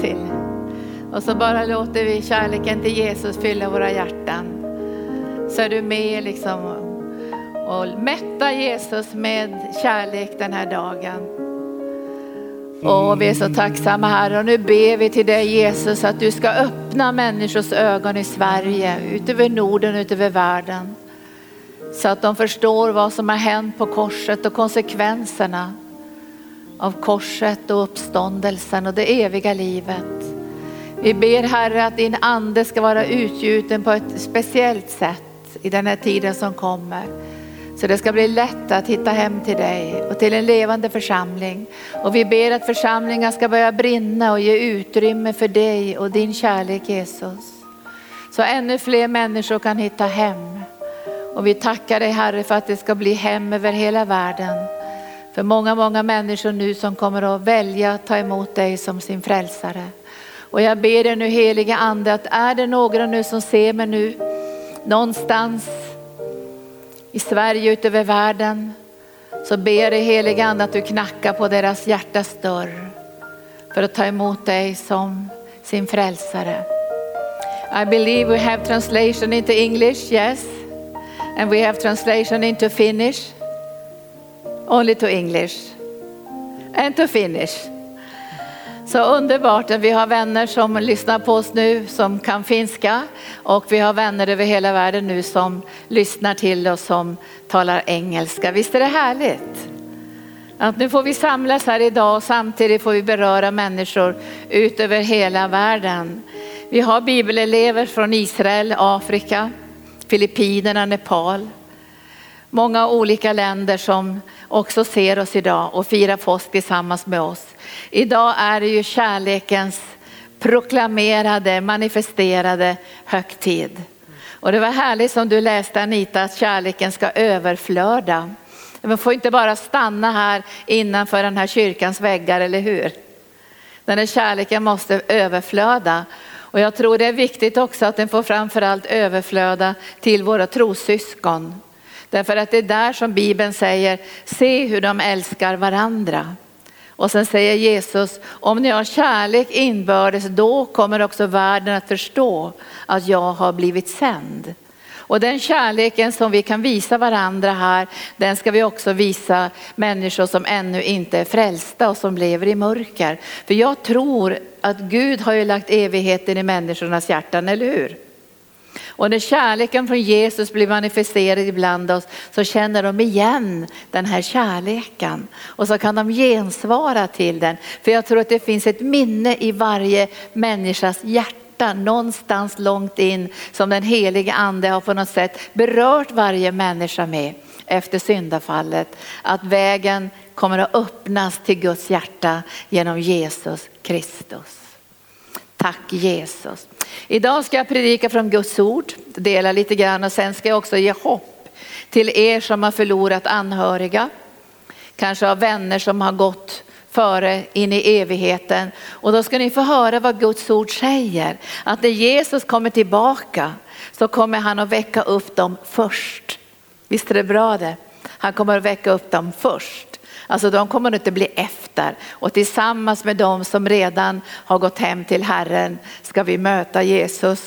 till. Och så bara låter vi kärleken till Jesus fylla våra hjärtan. Så är du med liksom och mätta Jesus med kärlek den här dagen. Och vi är så tacksamma här, och nu ber vi till dig Jesus att du ska öppna människors ögon i Sverige, utöver Norden, utöver världen. Så att de förstår vad som har hänt på korset och konsekvenserna av korset och uppståndelsen och det eviga livet. Vi ber Herre att din ande ska vara utgjuten på ett speciellt sätt i den här tiden som kommer. Så det ska bli lätt att hitta hem till dig och till en levande församling. Och vi ber att församlingar ska börja brinna och ge utrymme för dig och din kärlek Jesus. Så ännu fler människor kan hitta hem. Och vi tackar dig Herre för att det ska bli hem över hela världen. För många människor nu som kommer att välja att ta emot dig som sin frälsare. Och jag ber dig nu heliga ande att är det några nu som ser mig nu någonstans i Sverige utöver världen, så ber dig heliga ande att du knackar på deras hjärtas dörr för att ta emot dig som sin frälsare. I believe we have translation into English, yes. And we have translation into Finnish. Only to English. And to Finnish. Så underbart att vi har vänner som lyssnar på oss nu som kan finska. Och vi har vänner över hela världen nu som lyssnar till oss som talar engelska. Visst är det härligt? Att nu får vi samlas här idag och samtidigt får vi beröra människor ut över hela världen. Vi har bibelelever från Israel, Afrika, Filippinerna, Nepal. Många olika länder som också ser oss idag och firar påsk tillsammans med oss. Idag är det ju kärlekens proklamerade, manifesterade högtid. Och det var härligt som du läste Anita, att kärleken ska överflöda. Man får inte bara stanna här innanför den här kyrkans väggar, eller hur? Den här kärleken måste överflöda. Och jag tror det är viktigt också att den får framförallt överflöda till våra trossyskon. Därför att det är där som Bibeln säger, se hur de älskar varandra. Och sen säger Jesus, om ni har kärlek inbördes, då kommer också världen att förstå att jag har blivit sänd. Och den kärleken som vi kan visa varandra här, den ska vi också visa människor som ännu inte är frälsta och som lever i mörker. För jag tror att Gud har ju lagt evigheten i människornas hjärtan, eller hur? Och när kärleken från Jesus blir manifesterad ibland oss, så känner de igen den här kärleken. Och så kan de gensvara till den. För jag tror att det finns ett minne i varje människas hjärta, någonstans långt in, som den heliga ande har på något sätt berört varje människa med efter syndafallet. Att vägen kommer att öppnas till Guds hjärta genom Jesus Kristus. Tack Jesus. Idag ska jag predika från Guds ord, dela lite grann, och sen ska jag också ge hopp till er som har förlorat anhöriga. Kanske har vänner som har gått före in i evigheten. Och då ska ni få höra vad Guds ord säger. Att när Jesus kommer tillbaka så kommer han att väcka upp dem först. Visst är det bra det? Han kommer att väcka upp dem först. Alltså de kommer inte bli efter. Och tillsammans med dem som redan har gått hem till Herren ska vi möta Jesus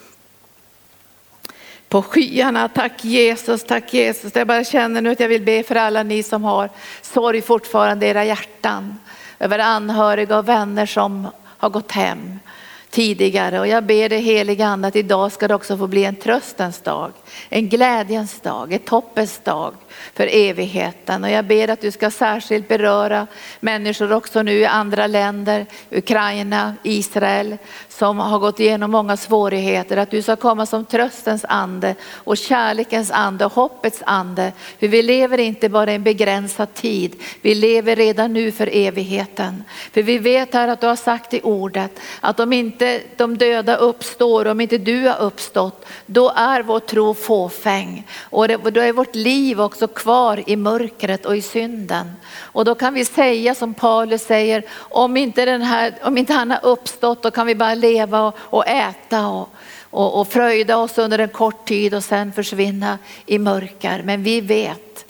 på skyarna. Tack Jesus, tack Jesus. Jag bara känner nu att jag vill be för alla ni som har sorg fortfarande i era hjärtan. Över anhöriga och vänner som har gått hem tidigare. Och jag ber det heliga ande att idag ska det också få bli en tröstens dag. En glädjens dag, ett hoppets dag för evigheten. Och jag ber att du ska särskilt beröra människor också nu i andra länder, Ukraina, Israel, som har gått igenom många svårigheter. Att du ska komma som tröstens ande och kärlekens ande och hoppets ande. För vi lever inte bara en begränsad tid, vi lever redan nu för evigheten. För vi vet här att du har sagt i ordet att om inte de döda uppstår, om inte du har uppstått, då är vår tro fåfäng. Och då är vårt liv också kvar i mörkret och i synden. Och då kan vi säga som Paulus säger, om inte han har uppstått, då kan vi bara leva och äta och fröjda oss under en kort tid och sen försvinna i mörker. Men vi vet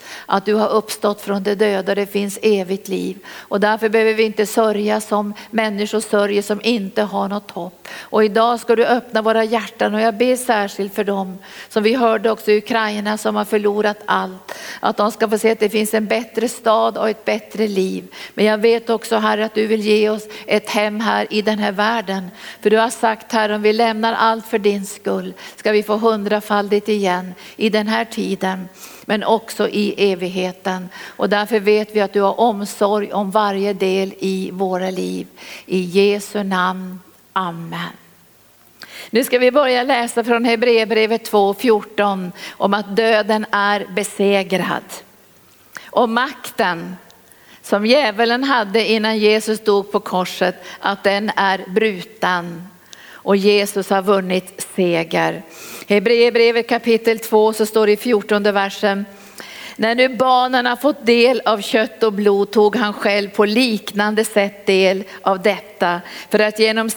att du har uppstått från de döda och det finns evigt liv. Och därför behöver vi inte sörja som människor sörjer som inte har något hopp. Och idag ska du öppna våra hjärtan, och jag ber särskilt för dem som vi hörde också i Ukraina som har förlorat allt. Att de ska få se att det finns en bättre stad och ett bättre liv. Men jag vet också, Herre, att du vill ge oss ett hem här i den här världen. För du har sagt, Herre, om vi lämnar allt för din skull ska vi få 100-faldigt igen i den här tiden, men också i evigheten. Och därför vet vi att du har omsorg om varje del i våra liv. I Jesu namn, amen. Nu ska vi börja läsa från Hebreerbrevet 2:14 om att döden är besegrad. Och makten som djävulen hade innan Jesus dog på korset, att den är bruten. Och Jesus har vunnit seger. Hebreerbrevet kapitel 2 så står det i 14:e versen. När nu barnen har fått del av kött och blod tog han själv på liknande sätt del av detta för att genom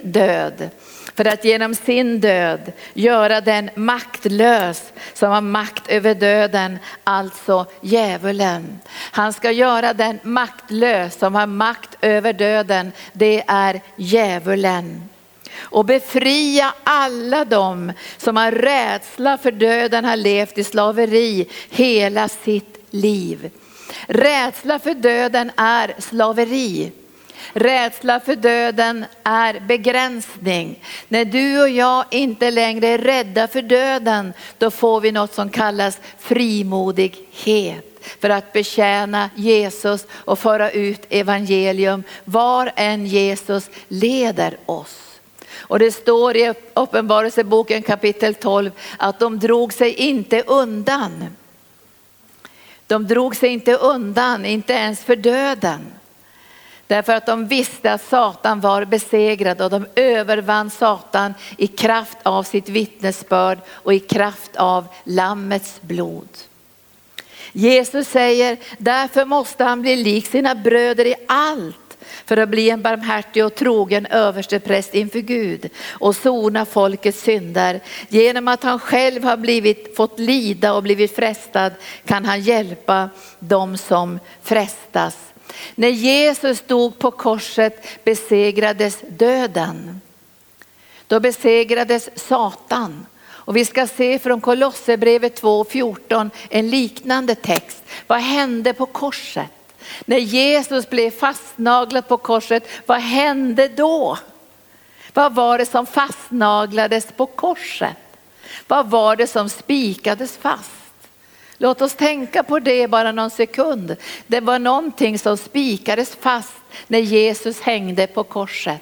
sin död göra den maktlös som har makt över döden, alltså djävulen. Han ska göra den maktlös som har makt över döden, det är djävulen. Och befria alla dem som har rädsla för döden har levt i slaveri hela sitt liv. Rädsla för döden är slaveri. Rädsla för döden är begränsning. När du och jag inte längre är rädda för döden, då får vi något som kallas frimodighet. För att betjäna Jesus och föra ut evangelium var än Jesus leder oss. Och det står i Uppenbarelseboken kapitel 12 att de drog sig inte undan. De drog sig inte undan, inte ens för döden. Därför att de visste att Satan var besegrad, och de övervann Satan i kraft av sitt vittnesbörd och i kraft av lammets blod. Jesus säger, därför måste han bli lik sina bröder i allt för att bli en barmhärtig och trogen överstepräst inför Gud och sona folkets synder. Genom att han själv har fått lida och blivit frestad kan han hjälpa dem som frestas. När Jesus stod på korset besegrades döden. Då besegrades Satan. Och vi ska se från Kolosserbrevet 2:14 en liknande text. Vad hände på korset? När Jesus blev fastnaglad på korset, vad hände då? Vad var det som fastnaglades på korset? Vad var det som spikades fast? Låt oss tänka på det bara någon sekund. Det var någonting som spikades fast när Jesus hängde på korset.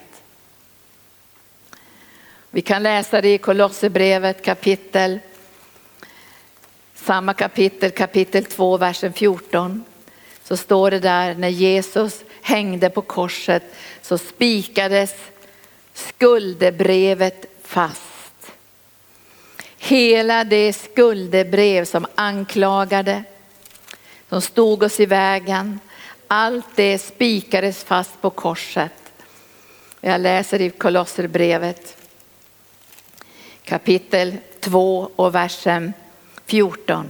Vi kan läsa det i Kolosserbrevet kapitel 2, versen 14. Så står det där, när Jesus hängde på korset så spikades skuldebrevet fast. Hela det skuldebrev som anklagade, som stod oss i vägen, allt det spikades fast på korset. Jag läser i Kolosserbrevet kapitel 2 och versen 14.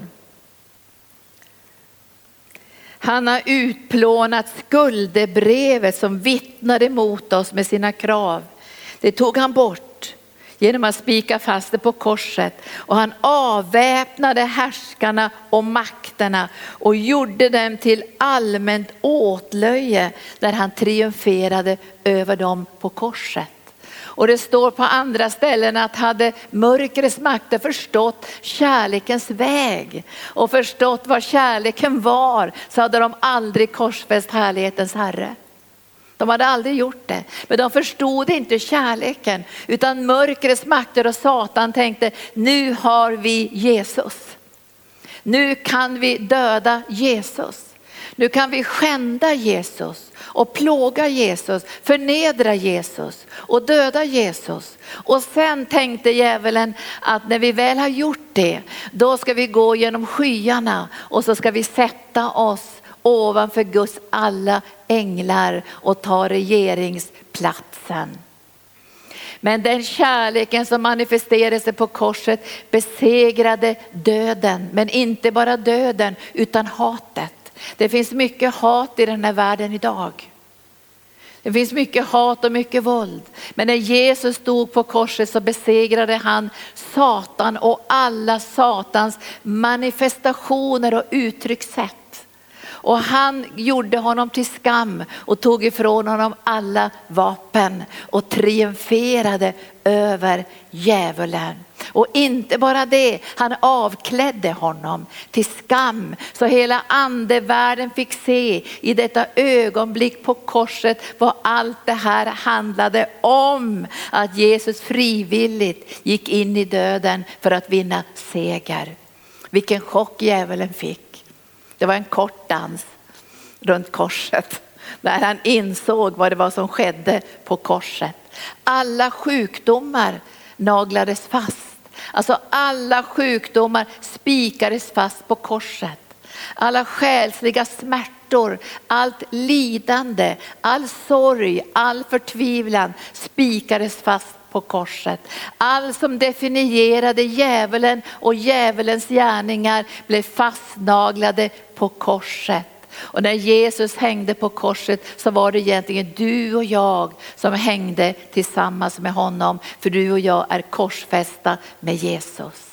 Han har utplånat skuldebrevet som vittnade mot oss med sina krav. Det tog han bort genom att spika fast det på korset. Och han avväpnade härskarna och makterna och gjorde dem till allmänt åtlöje när han triumferade över dem på korset. Och det står på andra ställen att hade mörkrets makter förstått kärlekens väg och förstått vad kärleken var, så hade de aldrig korsfäst härlighetens Herre. De hade aldrig gjort det, men de förstod inte kärleken, utan mörkrets makter och Satan tänkte, nu har vi Jesus. Nu kan vi döda Jesus. Nu kan vi skända Jesus och plåga Jesus, förnedra Jesus och döda Jesus. Och sen tänkte djävulen att när vi väl har gjort det, då ska vi gå genom skyarna och så ska vi sätta oss ovanför Guds alla änglar och ta regeringsplatsen. Men den kärleken som manifesterade sig på korset besegrade döden. Men inte bara döden utan hatet. Det finns mycket hat i den här världen idag. Det finns mycket hat och mycket våld. Men när Jesus stod på korset så besegrade han Satan och alla Satans manifestationer och uttryckssätt. Och han gjorde honom till skam och tog ifrån honom alla vapen och triumferade över djävulen. Och inte bara det, han avklädde honom till skam. Så hela andevärlden fick se i detta ögonblick på korset vad allt det här handlade om. Att Jesus frivilligt gick in i döden för att vinna seger. Vilken chock djävulen fick. Det var en kort dans runt korset. När han insåg vad det var som skedde på korset. Alla sjukdomar naglades fast. Alltså alla sjukdomar spikades fast på korset. Alla själsliga smärtor, allt lidande, all sorg, all förtvivlan spikades fast på korset. Allt som definierade djävulen och djävulens gärningar blev fastnaglade på korset. Och när Jesus hängde på korset så var det egentligen du och jag som hängde tillsammans med honom. För du och jag är korsfästa med Jesus.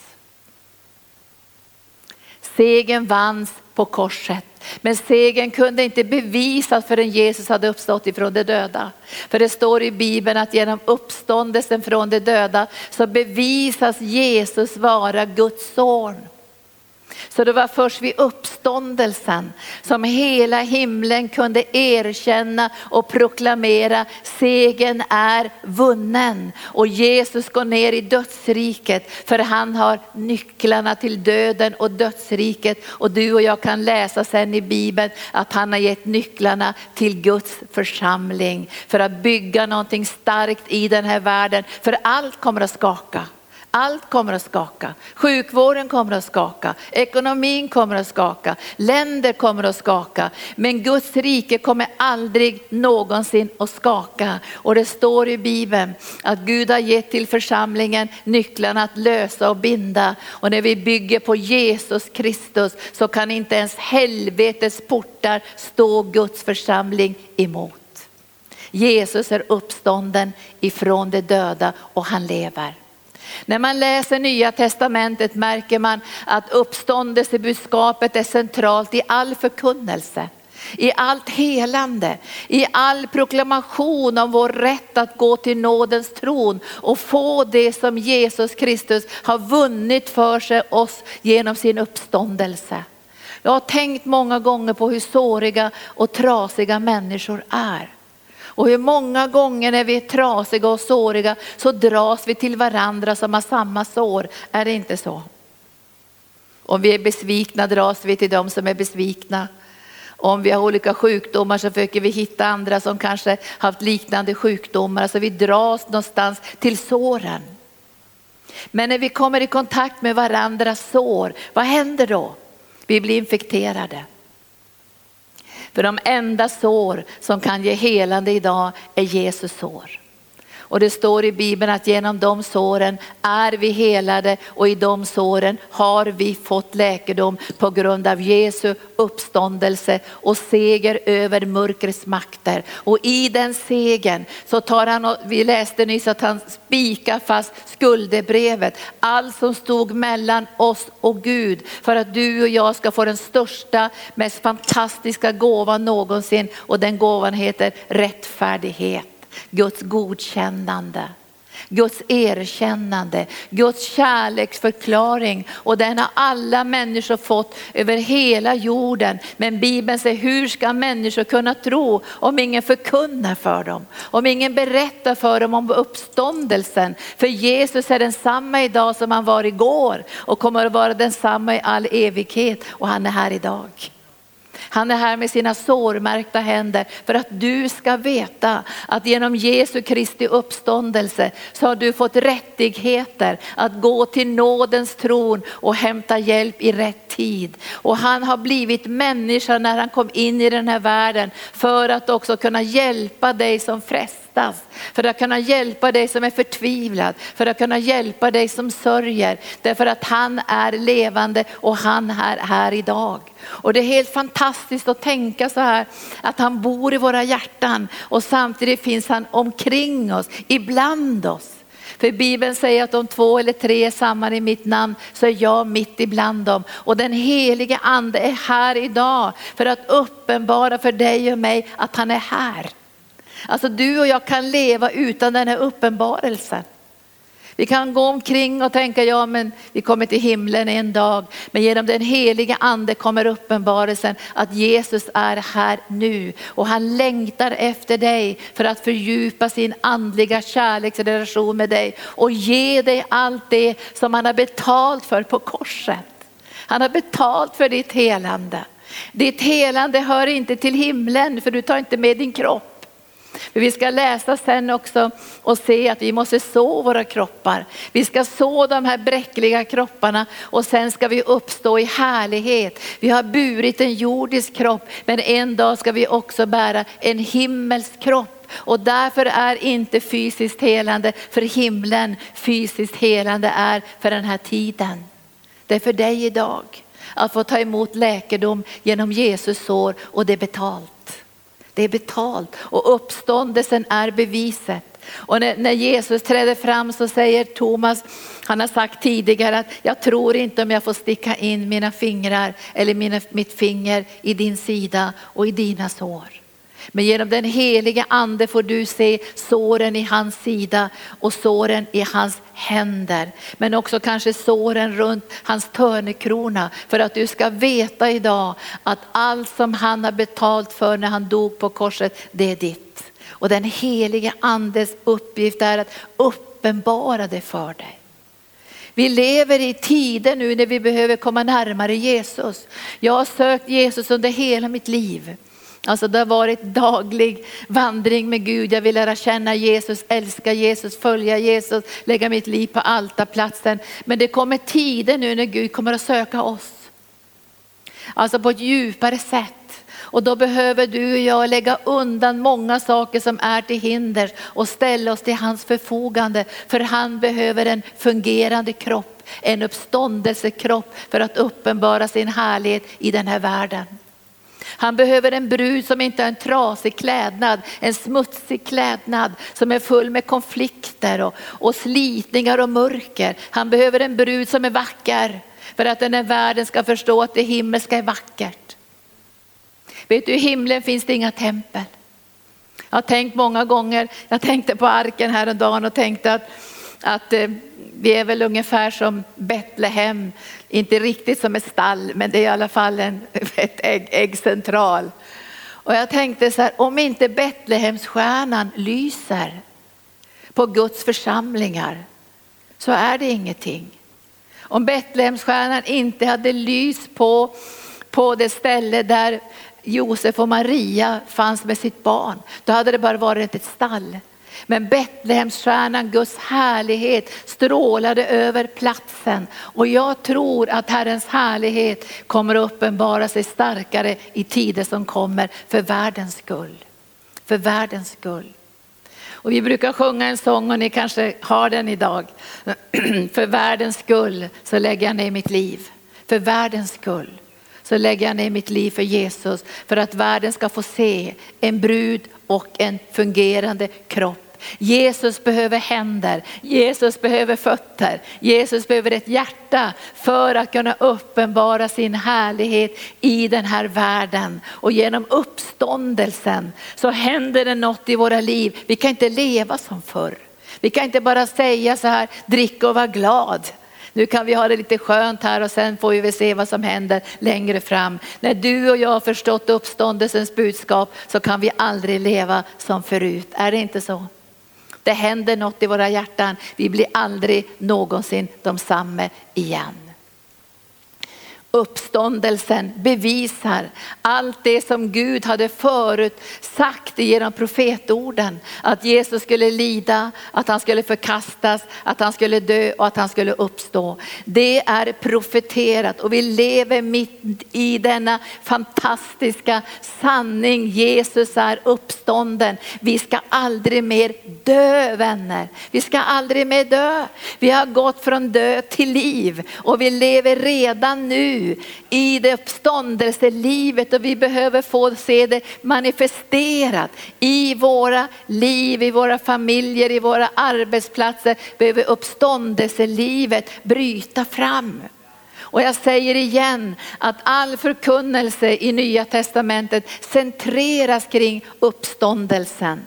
Segern vanns på korset. Men segern kunde inte bevisas förrän Jesus hade uppstått ifrån de döda. För det står i Bibeln att genom uppståndelsen från de döda så bevisas Jesus vara Guds son. Så det var först vid uppståndelsen som hela himlen kunde erkänna och proklamera segern är vunnen. Och Jesus går ner i dödsriket för han har nycklarna till döden och dödsriket. Och du och jag kan läsa sen i Bibeln att han har gett nycklarna till Guds församling. För att bygga någonting starkt i den här världen. För allt kommer att skaka. Allt kommer att skaka. Sjukvården kommer att skaka. Ekonomin kommer att skaka. Länder kommer att skaka. Men Guds rike kommer aldrig någonsin att skaka. Och det står i Bibeln att Gud har gett till församlingen nycklarna att lösa och binda. Och när vi bygger på Jesus Kristus så kan inte ens helvetets portar stå Guds församling emot. Jesus är uppstånden ifrån de döda och han lever. När man läser Nya testamentet märker man att uppståndelsebudskapet är centralt i all förkunnelse, i allt helande, i all proklamation om vår rätt att gå till nådens tron och få det som Jesus Kristus har vunnit för sig oss genom sin uppståndelse. Jag har tänkt många gånger på hur såriga och trasiga människor är. Och hur många gånger när vi är trasiga och såriga så dras vi till varandra som har samma sår. Är det inte så? Om vi är besvikna dras vi till dem som är besvikna. Om vi har olika sjukdomar så försöker vi hitta andra som kanske haft liknande sjukdomar. Alltså vi dras någonstans till såren. Men när vi kommer i kontakt med varandras sår, vad händer då? Vi blir infekterade. För de enda sår som kan ge helande idag är Jesus sår. Och det står i Bibeln att genom de såren är vi helade och i de såren har vi fått läkedom på grund av Jesu uppståndelse och seger över mörkrets makter. Och i den segern så tar han, och vi läste nyss att han spikar fast skuldebrevet. Allt som stod mellan oss och Gud för att du och jag ska få den största, mest fantastiska gåvan någonsin. Och den gåvan heter rättfärdighet. Guds godkännande, Guds erkännande, Guds kärleksförklaring, och den har alla människor fått över hela jorden. Men Bibeln säger, hur ska människor kunna tro om ingen förkunnar för dem, om ingen berättar för dem om uppståndelsen? För Jesus är densamma idag som han var igår och kommer att vara densamma i all evighet, och han är här idag. Han är här med sina sårmärkta händer för att du ska veta att genom Jesu Kristi uppståndelse så har du fått rättigheter att gå till nådens tron och hämta hjälp i rätt tid. Och han har blivit människa när han kom in i den här världen för att också kunna hjälpa dig som präst. testas, för att kunna hjälpa dig som är förtvivlad, för att kunna hjälpa dig som sörjer. Därför att han är levande och han är här idag. Och det är helt fantastiskt att tänka så här, att han bor i våra hjärtan och samtidigt finns han omkring oss, ibland oss. För Bibeln säger att om 2 eller 3 är samman i mitt namn så är jag mitt ibland dem. Och den helige ande är här idag för att uppenbara för dig och mig att han är här. Alltså du och jag kan leva utan den här uppenbarelsen. Vi kan gå omkring och tänka, ja men vi kommer till himlen en dag. Men genom den heliga ande kommer uppenbarelsen att Jesus är här nu. Och han längtar efter dig för att fördjupa sin andliga kärleksrelation med dig. Och ge dig allt det som han har betalt för på korset. Han har betalt för ditt helande. Ditt helande hör inte till himlen, för du tar inte med din kropp. För vi ska läsa sen också och se att vi måste så våra kroppar. Vi ska så de här bräckliga kropparna och sen ska vi uppstå i härlighet. Vi har burit en jordisk kropp, men en dag ska vi också bära en himmelsk kropp. Och därför är inte fysiskt helande för himlen, fysiskt helande är för den här tiden. Det är för dig idag att få ta emot läkedom genom Jesus sår, och det är betalt. Det är betalt och uppståndelsen är beviset. Och när Jesus träder fram så säger Thomas, han har sagt tidigare att jag tror inte om jag får sticka in mina fingrar eller mitt finger i din sida och i dina sår. Men genom den helige ande får du se såren i hans sida och såren i hans händer. Men också kanske såren runt hans törnekrona. För att du ska veta idag att allt som han har betalt för när han dog på korset, det är ditt. Och den helige andes uppgift är att uppenbara det för dig. Vi lever i tider nu när vi behöver komma närmare Jesus. Jag har sökt Jesus under hela mitt liv. Alltså det har varit daglig vandring med Gud. Jag vill lära känna Jesus, älska Jesus, följa Jesus, lägga mitt liv på altarplatsen. Men det kommer tider nu när Gud kommer att söka oss. Alltså på ett djupare sätt. Och då behöver du och jag lägga undan många saker som är till hinder och ställa oss till hans förfogande. För han behöver en fungerande kropp, en uppståndelsekropp för att uppenbara sin härlighet i den här världen. Han behöver en brud som inte har en trasig klädnad, en smutsig klädnad som är full med konflikter och slitningar och mörker. Han behöver en brud som är vacker för att den här världen ska förstå att det himmelska är vackert. Vet du, i himlen finns det inga tempel. Jag har tänkt många gånger, jag tänkte på arken här en dag och tänkte att vi är väl ungefär som Betlehem, inte riktigt som ett stall, men det är i alla fall ett äggcentral. Och jag tänkte så här, om inte Betlehemsstjärnan lyser på Guds församlingar så är det ingenting. Om Betlehemsstjärnan inte hade lyst på det ställe där Josef och Maria fanns med sitt barn, då hade det bara varit ett stall. Men Betlehemsstjärnan, Guds härlighet, strålade över platsen. Och jag tror att Herrens härlighet kommer att uppenbara sig starkare i tider som kommer för världens skull. För världens skull. Och vi brukar sjunga en sång, och ni kanske har den idag. För världens skull så lägger jag ner mitt liv. För världens skull så lägger jag ner mitt liv för Jesus. För att världen ska få se en brud och en fungerande kropp. Jesus behöver händer, Jesus behöver fötter, Jesus behöver ett hjärta för att kunna uppenbara sin härlighet i den här världen. Och genom uppståndelsen så händer det något i våra liv. Vi kan inte leva som förr. Vi kan inte bara säga så här, drick och var glad. Nu kan vi ha det lite skönt här och sen får vi se vad som händer längre fram. När du och jag har förstått uppståndelsens budskap så kan vi aldrig leva som förut. Är det inte så? Det händer något i våra hjärtan. Vi blir aldrig någonsin de samma igen. Uppståndelsen bevisar allt det som Gud hade förut sagt genom profetorden. Att Jesus skulle lida, att han skulle förkastas, att han skulle dö och att han skulle uppstå. Det är profeterat och vi lever mitt i denna fantastiska sanning. Jesus är uppstånden. Vi ska aldrig mer dö, vänner. Vi ska aldrig mer dö. Vi har gått från död till liv och vi lever redan nu i det uppståndelselivet och vi behöver få se det manifesterat i våra liv, i våra familjer, i våra arbetsplatser. Behöver uppståndelselivet bryta fram. Och jag säger igen att all förkunnelse i Nya testamentet centreras kring uppståndelsen.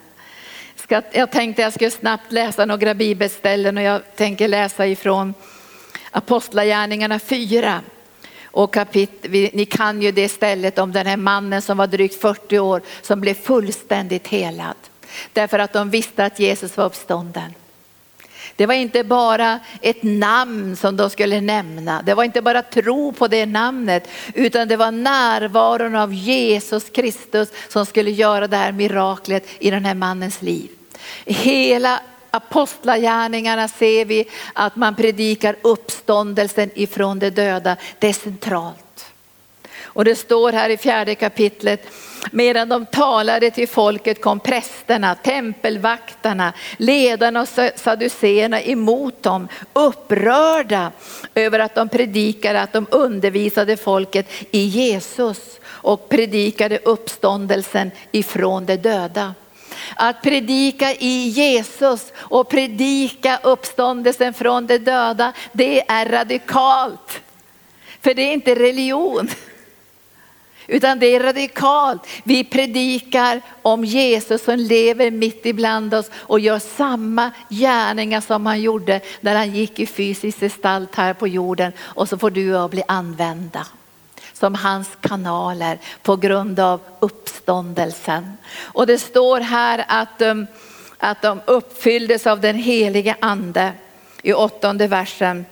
Jag tänkte jag skulle snabbt läsa några bibelställen och jag tänker läsa ifrån Apostlagärningarna 4. Och ni kan ju det stället om den här mannen som var drygt 40 år som blev fullständigt helad. Därför att de visste att Jesus var uppstånden. Det var inte bara ett namn som de skulle nämna. Det var inte bara tro på det namnet. Utan det var närvaron av Jesus Kristus som skulle göra det här miraklet i den här mannens liv. Hela apostlagärningarna ser vi att man predikar uppståndelsen ifrån de döda. Det är centralt. Och det står här i 4:e kapitlet: medan de talade till folket kom prästerna, tempelvaktarna, ledarna och saduceerna emot dem, upprörda över att de predikade, att de undervisade folket i Jesus och predikade uppståndelsen ifrån de döda. Att predika i Jesus och predika uppståndelsen från de döda, det är radikalt. För det är inte religion, utan det är radikalt. Vi predikar om Jesus som lever mitt ibland oss och gör samma gärningar som han gjorde när han gick i fysisk gestalt här på jorden. Och så får du och jag bli använda som hans kanaler på grund av uppståndelsen. Och det står här att de uppfylldes av den heliga ande i 8:e versen.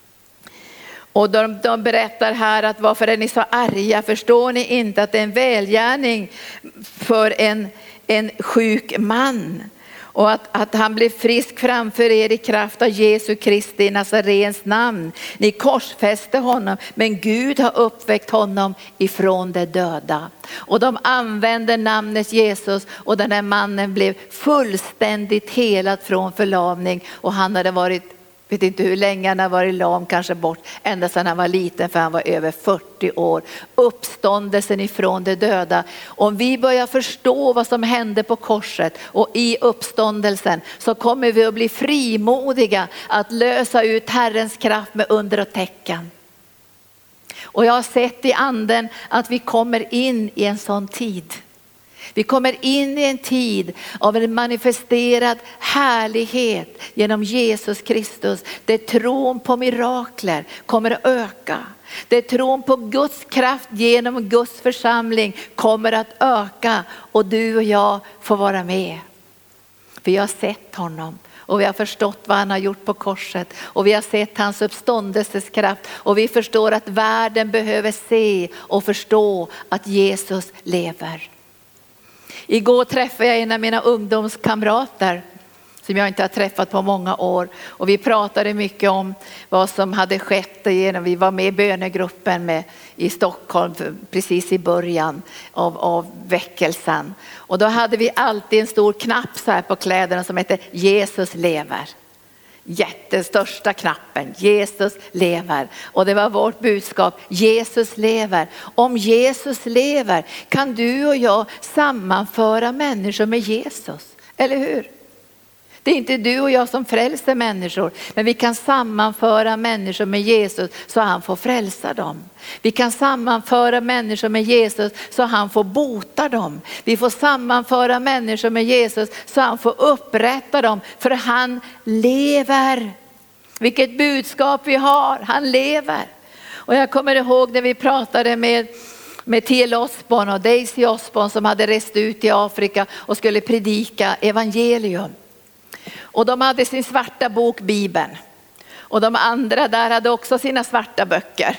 Och de berättar här att varför är ni så arga? Förstår ni inte att det är en välgärning för en sjuk man? Och att han blev frisk framför er i kraft av Jesu Kristi Nazarens namn. Ni korsfäste honom, men Gud har uppväckt honom ifrån de döda. Och de använde namnet Jesus och den här mannen blev fullständigt helad från förlamning. Och han hade varit, vet inte hur länge han har varit lam, kanske bort ända sedan han var liten, för han var över 40 år. Uppståndelsen ifrån de döda. Om vi börjar förstå vad som hände på korset och i uppståndelsen, så kommer vi att bli frimodiga att lösa ut Herrens kraft med under och tecken. Och jag har sett i anden att vi kommer in i en sån tid. Vi kommer in i en tid av en manifesterad härlighet genom Jesus Kristus. Där tron på mirakler kommer att öka. Där tron på Guds kraft genom Guds församling kommer att öka. Och du och jag får vara med. För jag har sett honom. Och vi har förstått vad han har gjort på korset. Och vi har sett hans uppståndelseskraft. Och vi förstår att världen behöver se och förstå att Jesus lever. Igår träffade jag en av mina ungdomskamrater som jag inte har träffat på många år. Och vi pratade mycket om vad som hade skett. Vi var med i bönegruppen i Stockholm precis i början av väckelsen. Och då hade vi alltid en stor knapp så här på kläderna som heter Jesus lever. Jättestörsta knappen, Jesus lever. Och det var vårt budskap, Jesus lever. Om Jesus lever kan du och jag sammanföra människor med Jesus, eller hur? Det är inte du och jag som frälser människor, men vi kan sammanföra människor med Jesus så han får frälsa dem. Vi kan sammanföra människor med Jesus så han får bota dem. Vi får sammanföra människor med Jesus så han får upprätta dem, för han lever. Vilket budskap vi har, han lever. Och jag kommer ihåg när vi pratade med T.L. Osborne och Daisy Osborne som hade rest ut i Afrika och skulle predika evangelium. Och de hade sin svarta bok Bibeln. Och de andra där hade också sina svarta böcker.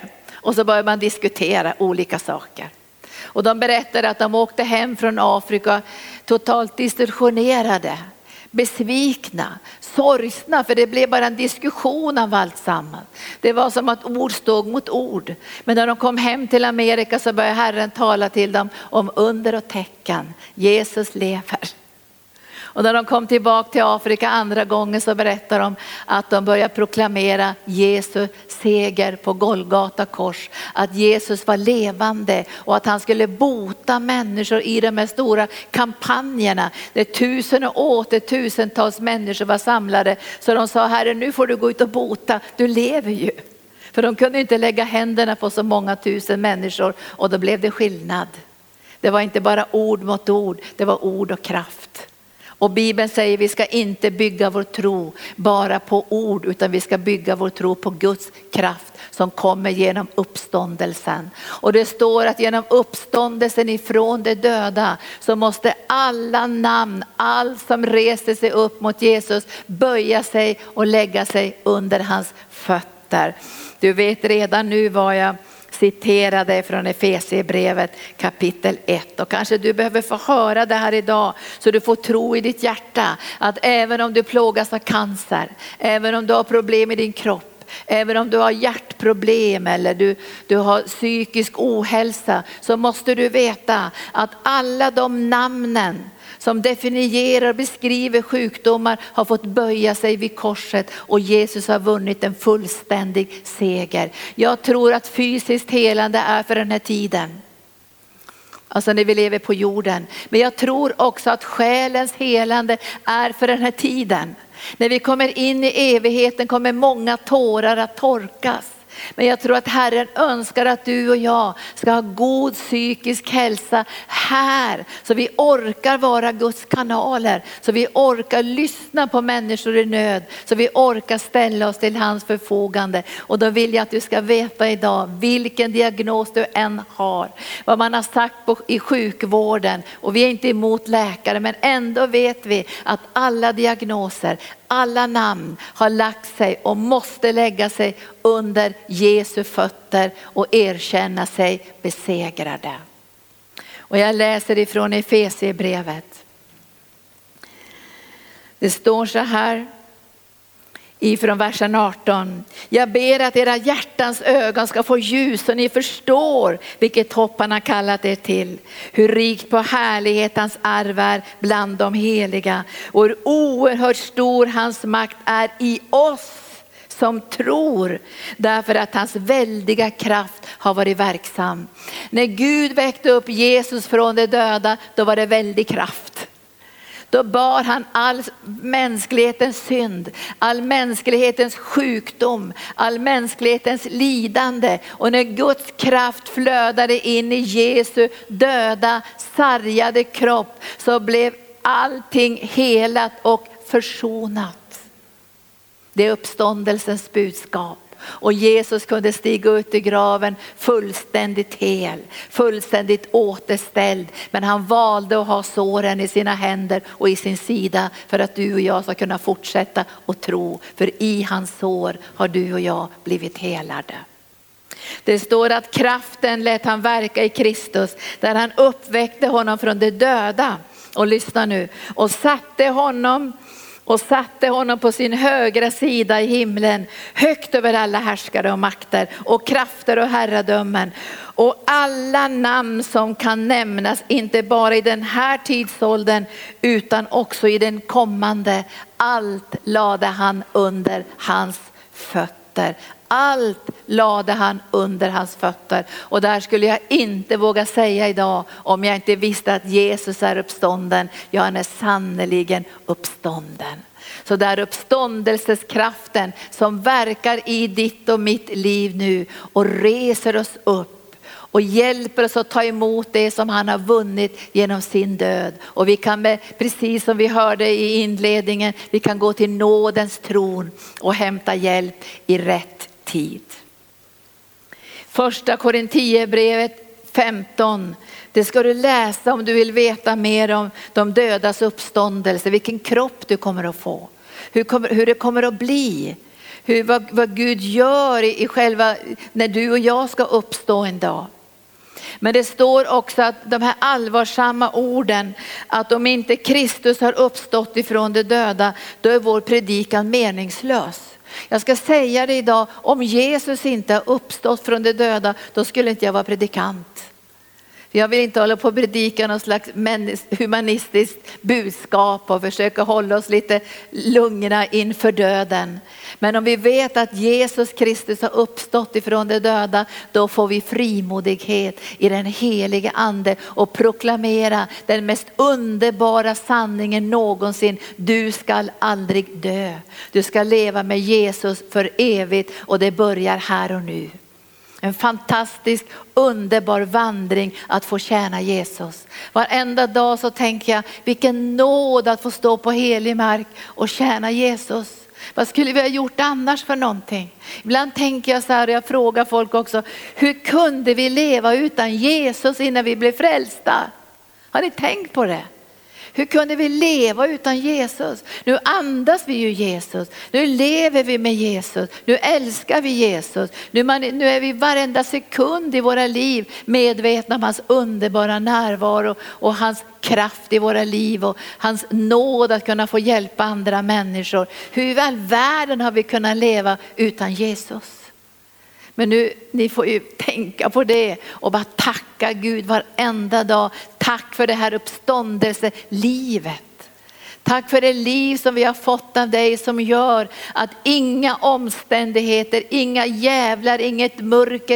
Och så började man diskutera olika saker. Och de berättade att de åkte hem från Afrika totalt distorsionerade, besvikna, sorgsna, för det blev bara en diskussion av allt samman. Det var som att ord stod mot ord. Men när de kom hem till Amerika så började Herren tala till dem om under och tecken. Jesus lever. Och när de kom tillbaka till Afrika andra gången så berättar de att de började proklamera Jesu seger på Golgata kors. Att Jesus var levande och att han skulle bota människor i de här stora kampanjerna. Där tusen och åter tusentals människor var samlade. Så de sa, Herre, nu får du gå ut och bota, du lever ju. För de kunde inte lägga händerna på så många tusen människor och då blev det skillnad. Det var inte bara ord mot ord, det var ord och kraft. Och Bibeln säger vi ska inte bygga vår tro bara på ord, utan vi ska bygga vår tro på Guds kraft som kommer genom uppståndelsen. Och det står att genom uppståndelsen ifrån de döda så måste alla namn, allt som reser sig upp mot Jesus, böja sig och lägga sig under hans fötter. Du vet redan nu vad jag citerade från Efesierbrevet kapitel 1. Och kanske du behöver få höra det här idag så du får tro i ditt hjärta att även om du plågas av cancer, även om du har problem i din kropp, även om du har hjärtproblem eller du har psykisk ohälsa, så måste du veta att alla de namnen som definierar och beskriver sjukdomar har fått böja sig vid korset och Jesus har vunnit en fullständig seger. Jag tror att fysiskt helande är för den här tiden. Alltså när vi lever på jorden. Men jag tror också att själens helande är för den här tiden. När vi kommer in i evigheten kommer många tårar att torkas. Men jag tror att Herren önskar att du och jag ska ha god psykisk hälsa här. Så vi orkar vara Guds kanaler. Så vi orkar lyssna på människor i nöd. Så vi orkar ställa oss till hans förfogande. Och då vill jag att du ska veta idag vilken diagnos du än har. Vad man har sagt i sjukvården. Och vi är inte emot läkare, men ändå vet vi att alla diagnoser, alla namn har lagt sig och måste lägga sig under Jesu fötter och erkänna sig besegrade. Och jag läser ifrån Efesierbrevet. Det står så här ifrån versen 18. Jag ber att era hjärtans ögon ska få ljus så ni förstår vilket hopp han har kallat er till. Hur rikt på härlighet hans arv är bland de heliga. Och hur oerhört stor hans makt är i oss som tror, därför att hans väldiga kraft har varit verksam. När Gud väckte upp Jesus från de döda, då var det väldig kraft. Då bar han all mänsklighetens synd, all mänsklighetens sjukdom, all mänsklighetens lidande. Och när Guds kraft flödade in i Jesu döda, sargade kropp, så blev allting helat och försonat. Det är uppståndelsens budskap. Och Jesus kunde stiga ut i graven fullständigt hel, fullständigt återställd. Men han valde att ha såren i sina händer och i sin sida för att du och jag ska kunna fortsätta att tro. För i hans sår har du och jag blivit helade. Det står att kraften lät han verka i Kristus, där han uppväckte honom från de döda. Och lyssna nu. Och satte honom på sin högra sida i himlen, högt över alla härskare och makter och krafter och herradömen. Och alla namn som kan nämnas, inte bara i den här tidsåldern utan också i den kommande. Allt lade han under hans fötter. Allt lade han under hans fötter. Och där skulle jag inte våga säga idag om jag inte visste att Jesus är uppstånden. Ja, han är sannoliken uppstånden. Så där uppståndelseskraften som verkar i ditt och mitt liv nu och reser oss upp och hjälper oss att ta emot det som han har vunnit genom sin död. Och vi kan, precis som vi hörde i inledningen, vi kan gå till nådens tron och hämta hjälp i rätt tid. Första Korintierbrevet 15. Det ska du läsa om du vill veta mer om de dödas uppståndelse. Vilken kropp du kommer att få. Hur det kommer att bli. vad Gud gör i själva, när du och jag ska uppstå en dag. Men det står också att de här allvarsamma orden, att om inte Kristus har uppstått ifrån de döda, då är vår predikan meningslös. Jag ska säga det idag, om Jesus inte har uppstått från de döda, då skulle inte jag vara predikant. Jag vill inte hålla på och predika någon slags humanistiskt budskap och försöka hålla oss lite lugna inför döden. Men om vi vet att Jesus Kristus har uppstått ifrån de döda, då får vi frimodighet i den helige ande och proklamera den mest underbara sanningen någonsin. Du ska aldrig dö. Du ska leva med Jesus för evigt, och det börjar här och nu. En fantastisk, underbar vandring att få tjäna Jesus. Varenda dag så tänker jag, vilken nåd att få stå på helig mark och tjäna Jesus. Vad skulle vi ha gjort annars för någonting? Ibland tänker jag så här, och jag frågar folk också, hur kunde vi leva utan Jesus innan vi blev frälsta? Har ni tänkt på det? Hur kunde vi leva utan Jesus? Nu andas vi ju Jesus. Nu lever vi med Jesus. Nu älskar vi Jesus. Nu är vi varenda sekund i våra liv medvetna om hans underbara närvaro och hans kraft i våra liv och hans nåd att kunna få hjälpa andra människor. Hur i all världen har vi kunnat leva utan Jesus? Men nu, ni får ju tänka på det och bara tacka Gud varenda dag. Tack för det här uppståndelselivet. Tack för det liv som vi har fått av dig, som gör att inga omständigheter, inga jävlar, inget mörker,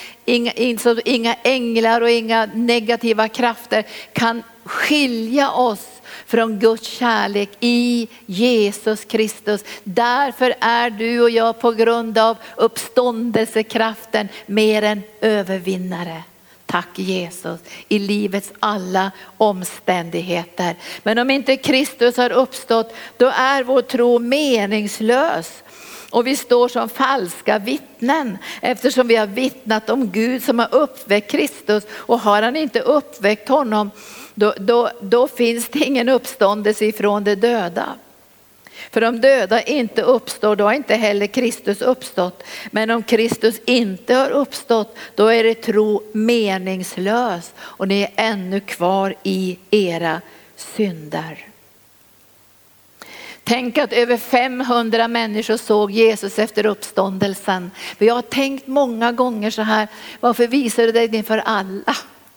inga änglar och inga negativa krafter kan skilja oss från Guds kärlek i Jesus Kristus. Därför är du och jag på grund av uppståndelsekraften mer än övervinnare. Tack Jesus, i livets alla omständigheter. Men om inte Kristus har uppstått, då är vår tro meningslös. Och vi står som falska vittnen, eftersom vi har vittnat om Gud som har uppväckt Kristus. Och har han inte uppväckt honom, då finns det ingen uppståndelse ifrån de döda. För om döda inte uppstår, då har inte heller Kristus uppstått. Men om Kristus inte har uppstått, då är det tro meningslös och ni är ännu kvar i era synder. Tänk att över 500 människor såg Jesus efter uppståndelsen. För jag har tänkt många gånger så här, varför visar du dig inför alla?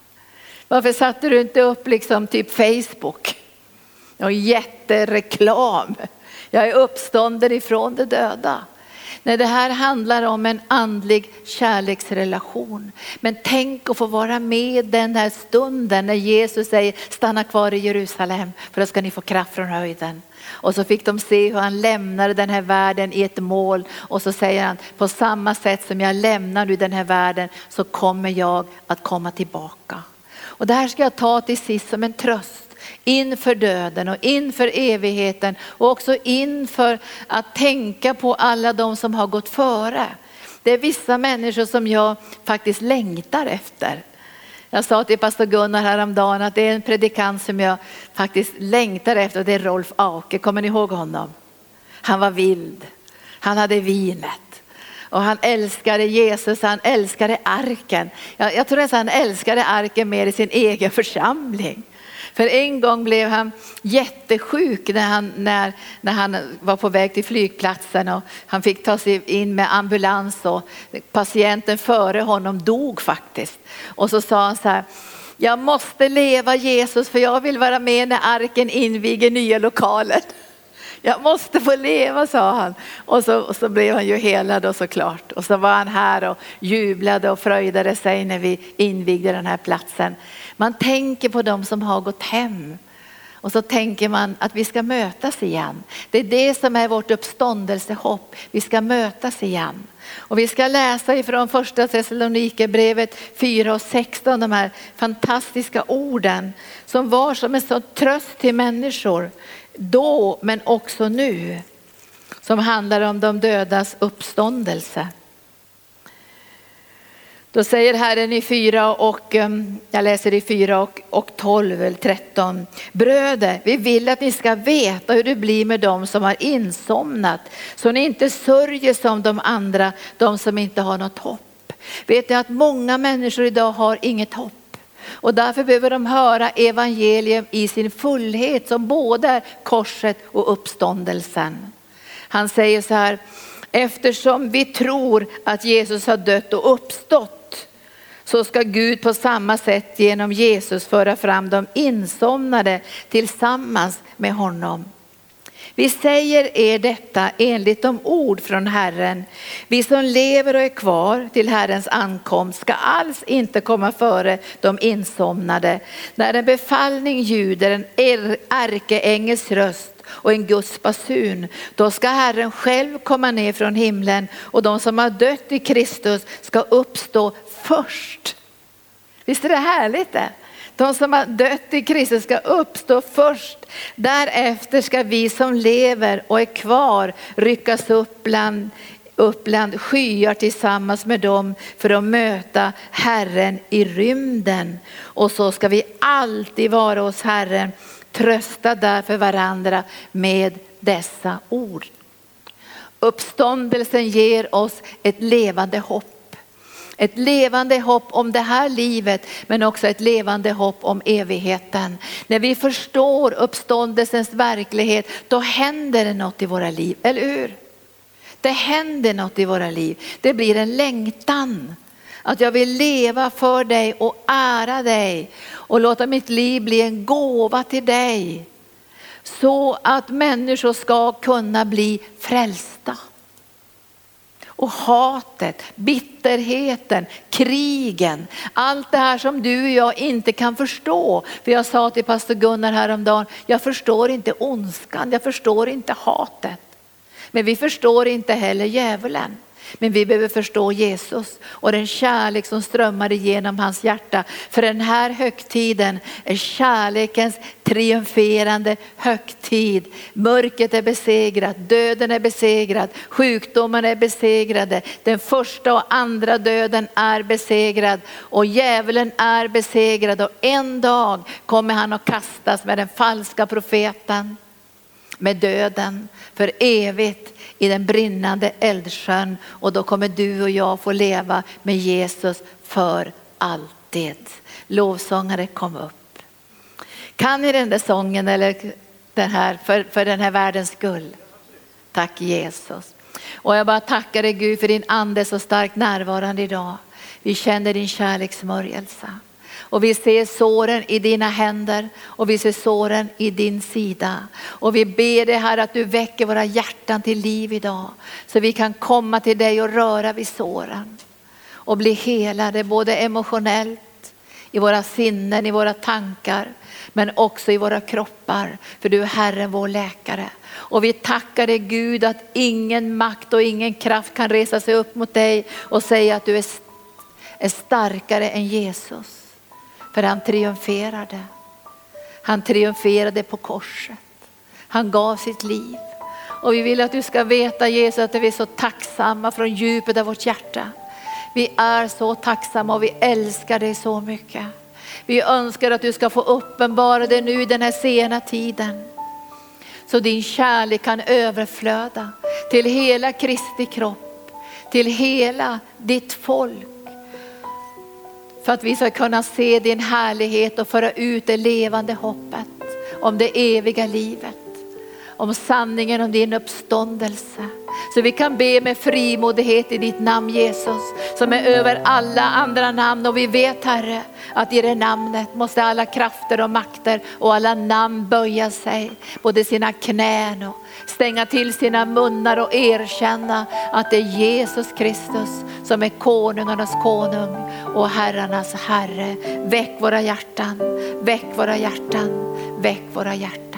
Varför satte du inte upp liksom typ Facebook? Och jättereklam. Jag är uppstånden ifrån de döda. När det här handlar om en andlig kärleksrelation. Men tänk att få vara med den här stunden när Jesus säger, stanna kvar i Jerusalem för då ska ni få kraft från höjden. Och så fick de se hur han lämnade den här världen i ett mål. Och så säger han, på samma sätt som jag lämnar nu den här världen, så kommer jag att komma tillbaka. Och det här ska jag ta till sist som en tröst. Inför döden och inför evigheten, och också inför att tänka på alla de som har gått före. Det är vissa människor som jag faktiskt längtar efter. Jag sa till pastor Gunnar häromdagen att det är en predikant som jag faktiskt längtar efter, och det är Rolf Auke. Kommer ni ihåg honom? Han var vild, han hade vinet. Och han älskade Jesus, han älskade arken. Jag tror att han älskade arken mer i sin egen församling. För en gång blev han jättesjuk när han var på väg till flygplatsen, och han fick ta sig in med ambulans, och patienten före honom dog faktiskt. Och så sa han så här, jag måste leva Jesus, för jag vill vara med när arken inviger nya lokaler. Jag måste få leva, sa han. Och så blev han ju helad, och såklart. Och så var han här och jublade och fröjdade sig när vi invigde den här platsen. Man tänker på dem som har gått hem. Och så tänker man att vi ska mötas igen. Det är det som är vårt uppståndelsehopp. Vi ska mötas igen. Och vi ska läsa ifrån första Thessalonikerbrevet 4:16, de här fantastiska orden som var som en sån tröst till människor då, men också nu, som handlar om de dödas uppståndelse. Då säger Herren i 4 och jag läser i 4 och 12 eller 13. Bröder, vi vill att ni ska veta hur det blir med dem som har insomnat. Så ni inte sörjer som de andra, de som inte har något hopp. Vet ni att många människor idag har inget hopp. Och därför behöver de höra evangelium i sin fullhet som både är korset och uppståndelsen. Han säger så här: eftersom vi tror att Jesus har dött och uppstått, så ska Gud på samma sätt genom Jesus föra fram de insomnade tillsammans med honom. Vi säger er detta enligt de ord från Herren. Vi som lever och är kvar till Herrens ankomst ska alls inte komma före de insomnade. När en befallning ljuder, en ärkeängels röst och en Guds basun, då ska Herren själv komma ner från himlen och de som har dött i Kristus ska uppstå först. Visst är det härligt det? De som har dött i Kristus ska uppstå först. Därefter ska vi som lever och är kvar ryckas upp bland skyar tillsammans med dem för att möta Herren i rymden. Och så ska vi alltid vara hos Herren. Trösta därför varandra med dessa ord. Uppståndelsen ger oss ett levande hopp. Ett levande hopp om det här livet, men också ett levande hopp om evigheten. När vi förstår uppståndelsens verklighet, då händer det något i våra liv, eller hur? Det händer något i våra liv. Det blir en längtan. Att jag vill leva för dig och ära dig och låta mitt liv bli en gåva till dig. Så att människor ska kunna bli frälsta. Och hatet, bitterheten, krigen, allt det här som du och jag inte kan förstå. För jag sa till pastor Gunnar häromdagen, jag förstår inte ondskan, jag förstår inte hatet. Men vi förstår inte heller djävulen. Men vi behöver förstå Jesus och den kärlek som strömmar igenom hans hjärta. För den här högtiden är kärlekens triumferande högtid. Mörkret är besegrat, döden är besegrad, sjukdomen är besegrade. Den första och andra döden är besegrad och djävulen är besegrad. Och en dag kommer han att kastas med den falska profeten, med döden för evigt i den brinnande eldsjön, och då kommer du och jag få leva med Jesus för alltid. Lovsångare, kom upp. Kan ni den där sången eller den här för den här världens skull? Tack Jesus. Och jag bara tackar dig Gud för din ande så starkt närvarande idag. Vi känner din kärleksmörjelse. Och vi ser såren i dina händer och vi ser såren i din sida. Och vi ber dig här att du väcker våra hjärtan till liv idag. Så vi kan komma till dig och röra vid såren. Och bli helade både emotionellt, i våra sinnen, i våra tankar. Men också i våra kroppar. För du är Herren vår läkare. Och vi tackar dig Gud att ingen makt och ingen kraft kan resa sig upp mot dig och säga att du är starkare än Jesus. För han triumferade. Han triumferade på korset. Han gav sitt liv. Och vi vill att du ska veta Jesus att vi är så tacksamma från djupet av vårt hjärta. Vi är så tacksamma och vi älskar dig så mycket. Vi önskar att du ska få uppenbara det nu i den här sena tiden. Så din kärlek kan överflöda till hela Kristi kropp. Till hela ditt folk. För att vi ska kunna se din härlighet och föra ut det levande hoppet om det eviga livet. Om sanningen om din uppståndelse. Så vi kan be med frimodighet i ditt namn Jesus. Som är över alla andra namn. Och vi vet Herre att i det namnet måste alla krafter och makter och alla namn böja sig. Både sina knän och stänga till sina munnar och erkänna att det är Jesus Kristus som är konungarnas konung och herrarnas herre. Väck våra hjärtan, väck våra hjärtan, väck våra hjärtan.